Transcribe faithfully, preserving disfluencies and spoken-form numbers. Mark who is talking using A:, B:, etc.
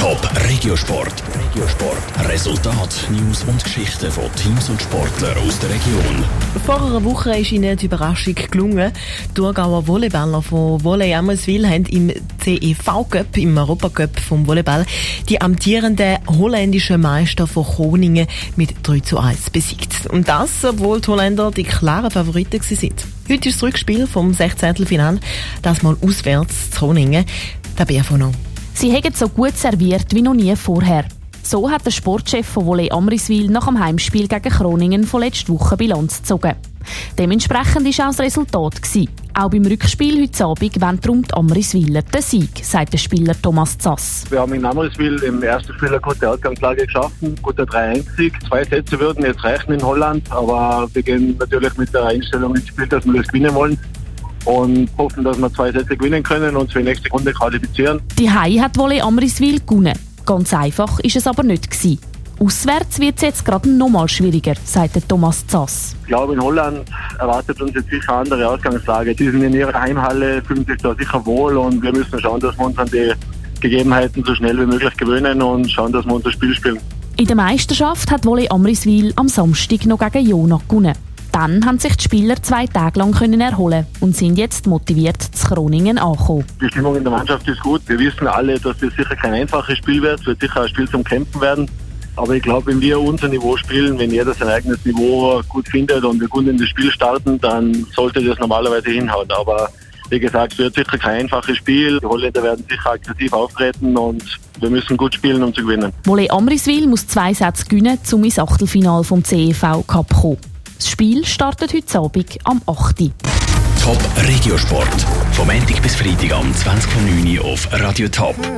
A: Top Regiosport. Regiosport. Resultat, News und Geschichten von Teams und Sportlern aus der Region.
B: Vor einer Woche ist ihnen die Überraschung gelungen. Die Thurgauer Volleyballer von Volley Amriswil haben im C E V-Cup, im Europacup vom Volleyball, die amtierenden holländischen Meister von Groningen mit drei zu eins besiegt. Und das, obwohl die Holländer die klaren Favoriten waren. Heute ist das Rückspiel vom sechzehnten Finale, das mal auswärts zu Groningen. Der B F noch.
C: Sie haben so gut serviert wie noch nie vorher. So hat der Sportchef von Volley Amriswil nach dem Heimspiel gegen Groningen von letzter Woche Bilanz gezogen. Dementsprechend war auch das Resultat gewesen. Auch beim Rückspiel heute Abend wollen darum die Amriswiler den Sieg, sagt der Spieler Thomas Zass.
D: Wir haben in Amriswil im ersten Spiel eine gute Ausgangslage geschaffen, guter drei eins Sieg. Zwei Sätze würden jetzt reichen in Holland, aber wir gehen natürlich mit der Einstellung ins Spiel, dass wir das gewinnen wollen. Und hoffen, dass wir zwei Sätze gewinnen können und für die nächste Runde qualifizieren.
C: Die Hai hat Volley Amriswil gewonnen. Ganz einfach ist es aber nicht gewesen. Auswärts wird es jetzt gerade noch mal schwieriger, sagt Thomas Zass.
D: Ich glaube, in Holland erwartet uns jetzt sicher eine andere Ausgangslage. Sie sind in ihrer Heimhalle, fühlen sich da sicher wohl und wir müssen schauen, dass wir uns an die Gegebenheiten so schnell wie möglich gewöhnen und schauen, dass wir unser Spiel spielen.
C: In der Meisterschaft hat Volley Amriswil am Samstag noch gegen Jona gewonnen. Dann haben sich die Spieler zwei Tage lang können erholen und sind jetzt motiviert zu Groningen angekommen.
D: Die Stimmung in der Mannschaft ist gut. Wir wissen alle, dass das sicher kein einfaches Spiel wird. Es wird sicher ein Spiel zum Kämpfen werden. Aber ich glaube, wenn wir unser Niveau spielen, wenn jeder sein eigenes Niveau gut findet und wir gut in das Spiel starten, dann sollte das normalerweise hinhauen. Aber wie gesagt, es wird sicher kein einfaches Spiel. Die Holländer werden sicher aggressiv auftreten und wir müssen gut spielen, um zu gewinnen.
C: Volley Amriswil muss zwei Sätze gewinnen, um ins Achtelfinale vom C E V-Cup zu kommen. Das Spiel startet heute Abend am acht Uhr.
A: Top Regiosport. Vom Montag bis Freitag am zwanzig Uhr neun auf Radio Top.